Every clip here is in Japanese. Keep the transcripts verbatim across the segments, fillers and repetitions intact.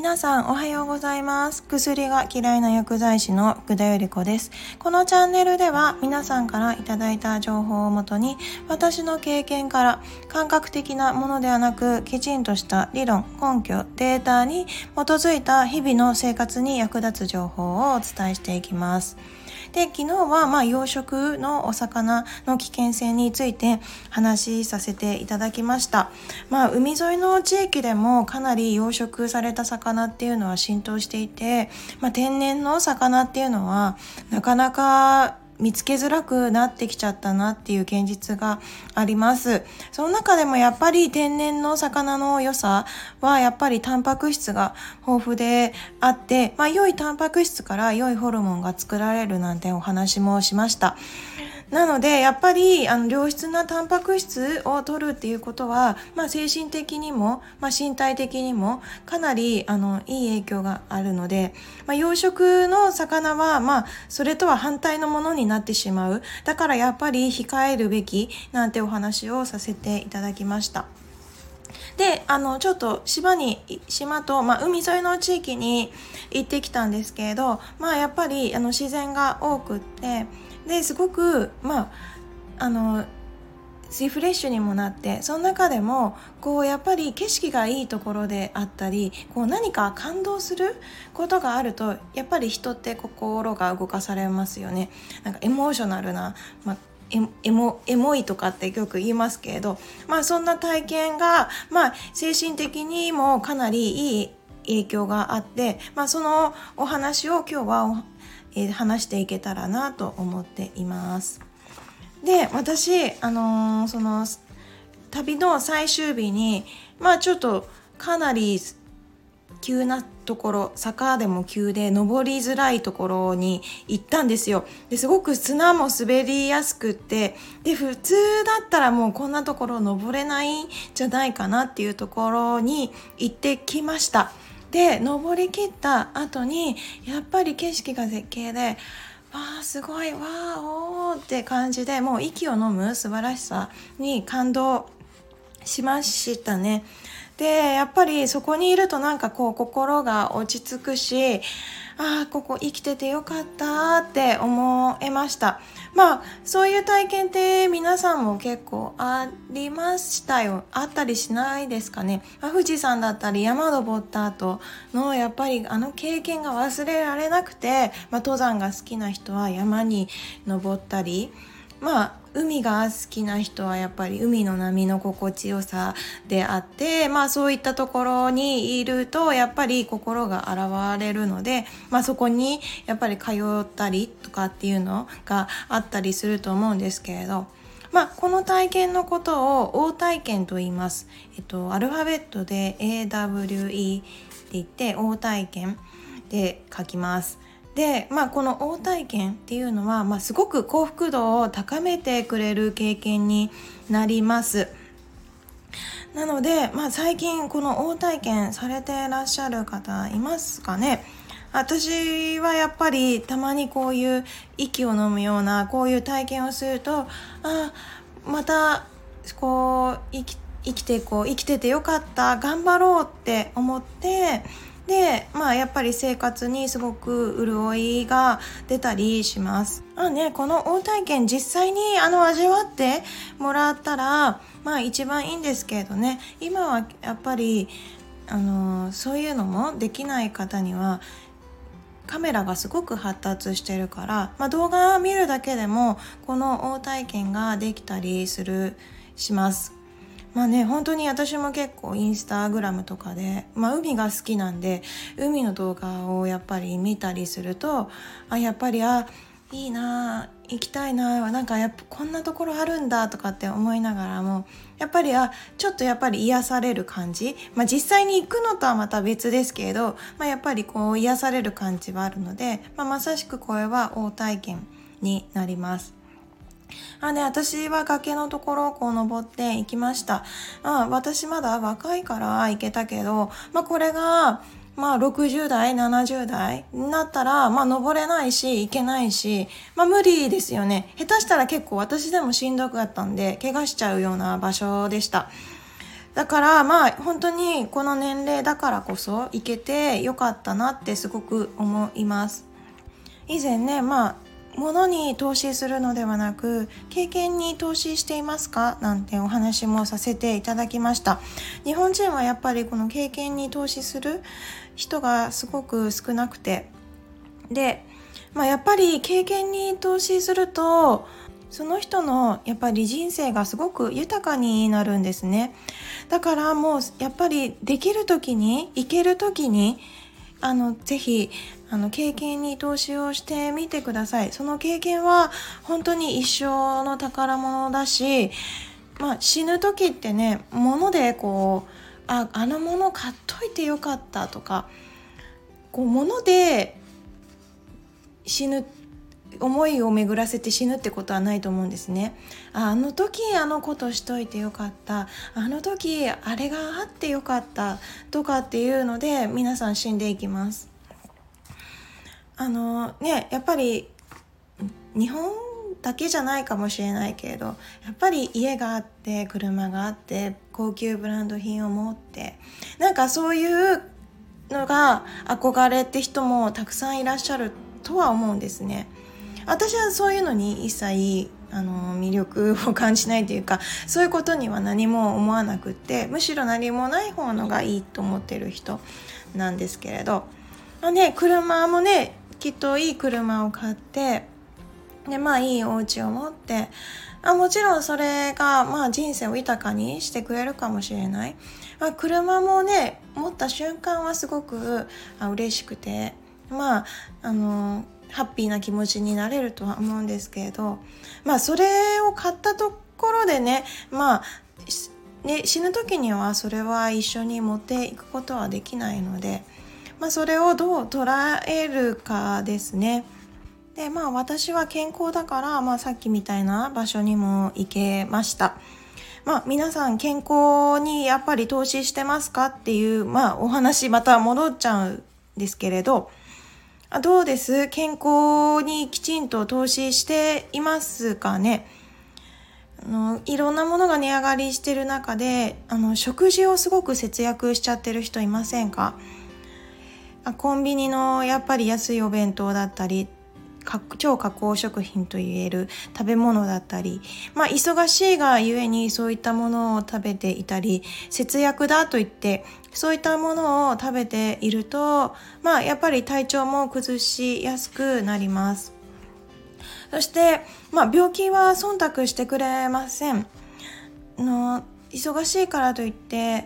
皆さんおはようございます。薬が嫌いな薬剤師の福田由里子です。このチャンネルでは皆さんからいただいた情報をもとに、私の経験から感覚的なものではなく、きちんとした理論、根拠、データに基づいた日々の生活に役立つ情報をお伝えしていきます。で、昨日はまあ養殖のお魚の危険性について話しさせていただきました。まあ海沿いの地域でもかなり養殖された魚っていうのは浸透していて、まあ、天然の魚っていうのはなかなか見つけづらくなってきちゃったなっていう現実があります。その中でもやっぱり天然の魚の良さはやっぱりタンパク質が豊富であって、まあ良いタンパク質から良いホルモンが作られるなんてお話もしました。なのでやっぱりあの良質なタンパク質を取るっていうことは、まあ、精神的にも、まあ、身体的にもかなりあのいい影響があるので、まあ、養殖の魚は、まあ、それとは反対のものになってしまう。だからやっぱり控えるべきなんてお話をさせていただきました。で、あのちょっと島に島と、まあ、海沿いの地域に行ってきたんですけれど、まあやっぱりあの自然が多くって、ですごくまああのリフレッシュにもなって、その中でもこうやっぱり景色がいいところであったり、こう何か感動することがあると、やっぱり人って心が動かされますよね。なんかエモーショナルな、まあエエモ、エモいとかってよく言いますけれど、まあそんな体験が、まあ精神的にもかなりいい影響があって、まあそのお話を今日は、えー、話していけたらなと思っています。で、私、あのー、その旅の最終日に、まあちょっとかなり急なところ、坂でも急で登りづらいところに行ったんですよ。ですごく砂も滑りやすくって、で普通だったらもうこんなところ登れないんじゃないかなっていうところに行ってきました。で登り切った後にやっぱり景色が絶景で、わあすごい、わあおーって感じで、もう息を飲む素晴らしさに感動しましたね。でやっぱりそこにいるとなんかこう心が落ち着くし、ああここ生きててよかったって思えました。まあそういう体験って皆さんも結構ありましたよ。あったりしないですかね。まあ、富士山だったり山登った後のやっぱりあの経験が忘れられなくて、まあ、登山が好きな人は山に登ったり、まあ海が好きな人はやっぱり海の波の心地よさであって、まあそういったところにいるとやっぱり心が洗われるので、まあそこにやっぱり通ったりとかっていうのがあったりすると思うんですけれど、まあこの体験のことを応体験と言います。えっとアルファベットで エーダブリューイー って言って応体験で書きます。で、まあ、この応体験っていうのは、まあ、すごく幸福度を高めてくれる経験になります。なので、まあ、最近この応体験されていらっしゃる方いますかね。私はやっぱりたまにこういう息を飲むようなこういう体験をすると、あまたこう生き、生きていこう、生きててよかった、頑張ろうって思って、で、まあやっぱり生活にすごく潤いが出たりします。まあね、この応体験実際にあの味わってもらったら、まあ一番いいんですけれどね、今はやっぱりあのそういうのもできない方にはカメラがすごく発達してるから、まあ、動画見るだけでもこの応体験ができたりするします。まあね、本当に私も結構インスタグラムとかで、まあ、海が好きなんで海の動画をやっぱり見たりすると、あやっぱりあいいな行きたいな、なんかやっぱこんなところあるんだとかって思いながらも、やっぱりあちょっとやっぱり癒される感じ、まあ、実際に行くのとはまた別ですけれど、まあ、やっぱりこう癒される感じはあるので、まあ、まさしくこれは応体験になります。あね、私は崖のところをこう登っていきました。あ私まだ若いから行けたけど、まあ、これがまあろくじゅう代ななじゅう代になったらまあ登れないし行けないし、まあ無理ですよね。下手したら結構私でもしんどかったんで怪我しちゃうような場所でした。 だからまあ本当にこの年齢だからこそ行けてよかったなってすごく思います。以前ね、まあ物に投資するのではなく経験に投資していますかなんてお話もさせていただきました。日本人はやっぱりこの経験に投資する人がすごく少なくて、で、まあ、やっぱり経験に投資するとその人のやっぱり人生がすごく豊かになるんですね。だからもうやっぱりできる時に行ける時にあのぜひあの経験に投資をしてみてください。その経験は本当に一生の宝物だし、まあ、死ぬ時ってね、物でこうあ、あの物買っといてよかったとか、こう物で死ぬ思いを巡らせて死ぬってことはないと思うんですね。あ、あの時あのことしといてよかった、あの時あれがあってよかったとかっていうので皆さん死んでいきます。あのね、やっぱり日本だけじゃないかもしれないけれど、やっぱり家があって車があって高級ブランド品を持って、なんかそういうのが憧れって人もたくさんいらっしゃるとは思うんですね。私はそういうのに一切あの魅力を感じないというか、そういうことには何も思わなくって、むしろ何もない方のがいいと思ってる人なんですけれど、まあね、車もね、きっといい車を買ってで、まあいいお家を持って、あもちろんそれがまあ人生を豊かにしてくれるかもしれない、まあ、車もね持った瞬間はすごくあ嬉しくて、まああのハッピーな気持ちになれるとは思うんですけれど、まあそれを買ったところでね、まあね、死ぬ時にはそれは一緒に持っていくことはできないので、まあ、それをどう捉えるかですね。で、まあ私は健康だから、まあさっきみたいな場所にも行けました。まあ皆さん健康にやっぱり投資してますかっていう、まあお話また戻っちゃうんですけれど、どうです？健康にきちんと投資していますかね？あのいろんなものが値上がりしてる中で、あの食事をすごく節約しちゃってる人いませんか？コンビニのやっぱり安いお弁当だったり、超加工食品といえる食べ物だったり、まあ忙しいがゆえにそういったものを食べていたり、節約だと言ってそういったものを食べていると、まあやっぱり体調も崩しやすくなります。そして、まあ病気は忖度してくれません。あの忙しいからといって、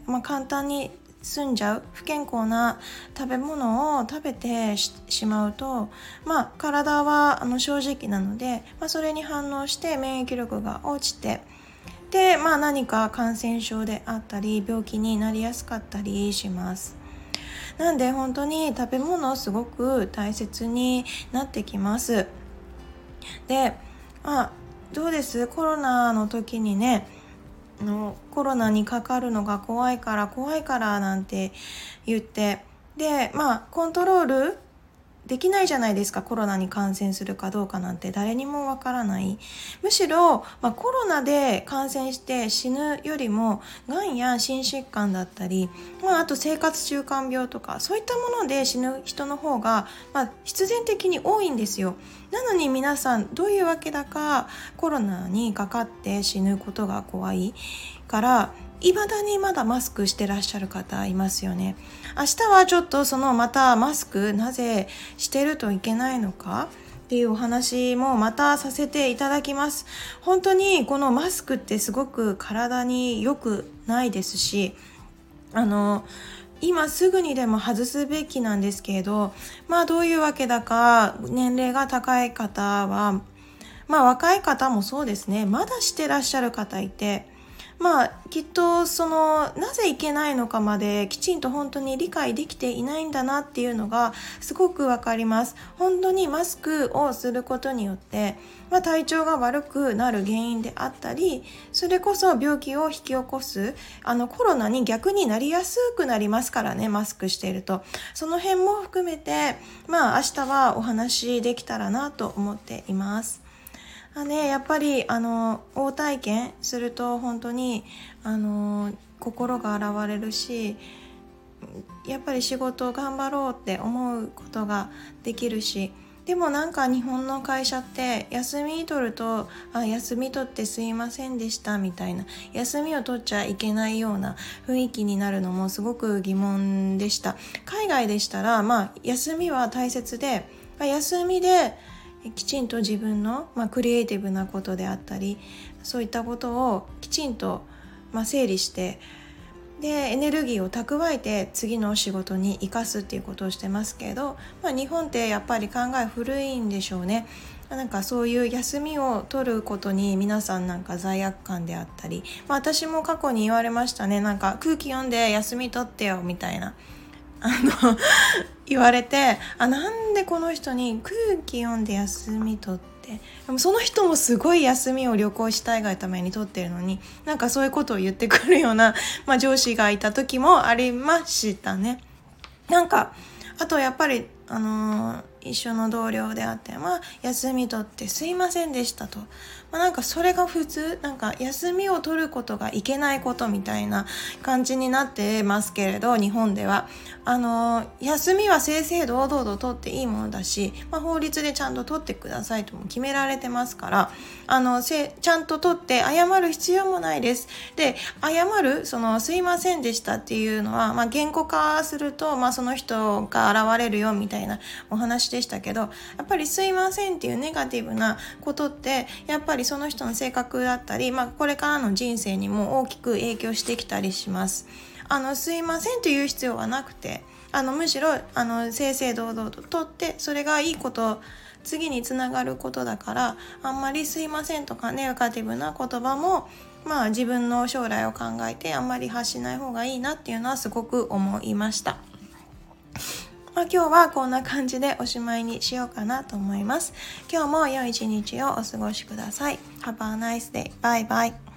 まあ、簡単に済んじゃう不健康な食べ物を食べて し, しまうと、まあ、体はあの正直なので、まあ、それに反応して免疫力が落ちて、で、まあ、何か感染症であったり病気になりやすかったりします。なんで本当に食べ物すごく大切になってきます。で、まあ、どうです？コロナの時にね、のコロナにかかるのが怖いから怖いからなんて言って、でまあコントロールできないじゃないですか。コロナに感染するかどうかなんて誰にもわからない。むしろ、まあ、コロナで感染して死ぬよりもがんや心疾患だったり、まあ、あと生活習慣病とかそういったもので死ぬ人の方が、まあ、必然的に多いんですよ。なのに皆さんどういうわけだかコロナにかかって死ぬことが怖いから未だにまだマスクしてらっしゃる方いますよね。明日はちょっとそのまたマスクなぜしてるといけないのかっていうお話もまたさせていただきます。本当にこのマスクってすごく体に良くないですし、あの今すぐにでも外すべきなんですけれど、まあどういうわけだか年齢が高い方は、まあ若い方もそうですね、まだしてらっしゃる方いて、まあきっとそのなぜいけないのかまできちんと本当に理解できていないんだなっていうのがすごくわかります。本当にマスクをすることによって、まあ、体調が悪くなる原因であったり、それこそ病気を引き起こすあのコロナに逆になりやすくなりますからね、マスクしていると。その辺も含めてまあ明日はお話できたらなと思っています。 まあね、やっぱりあの大体験すると本当にあの心が洗われるし、やっぱり仕事を頑張ろうって思うことができるし、でもなんか日本の会社って休み取ると、あ、休み取ってすいませんでしたみたいな、休みを取っちゃいけないような雰囲気になるのもすごく疑問でした。海外でしたら、まあ、休みは大切で、まあ、休みできちんと自分の、まあ、クリエイティブなことであったり、そういったことをきちんと、まあ、整理して、でエネルギーを蓄えて次の仕事に生かすっていうことをしてますけど、まあ、日本ってやっぱり考え古いんでしょうね。なんかそういう休みを取ることに皆さんなんか罪悪感であったり、まあ、私も過去に言われましたね。なんか空気読んで休み取ってよみたいなあの言われて、あ、なんでこの人に空気読んで休み取って、でもその人もすごい休みを旅行したいがために取ってるのに、なんかそういうことを言ってくるような、まあ、上司がいた時もありましたね。なんかあとやっぱりあのー、一緒の同僚であって、まあ、休み取ってすいませんでしたと、まあ、なんかそれが普通、なんか休みを取ることがいけないことみたいな感じになってますけれど、日本ではあのー、休みは正々堂々と取っていいものだし、まあ、法律でちゃんと取ってくださいとも決められてますから、あのせちゃんと取って謝る必要もないです。で、謝るそのすいませんでしたっていうのは、まあ、言語化すると、まあ、その人が現れるよみたいなお話でしたけど、やっぱりすいませんっていうネガティブなことってやっぱりその人の性格だったり、まあ、これからの人生にも大きく影響してきたりします。あのすいませんという必要はなくて、あのむしろあの正々堂々と取って、それがいいこと次につながることだから、あんまりすいませんとかネガティブな言葉も、まあ自分の将来を考えてあんまり発しない方がいいなっていうのはすごく思いました。まあ、今日はこんな感じでおしまいにしようかなと思います。今日も良い一日をお過ごしください。Have a nice day. Bye bye.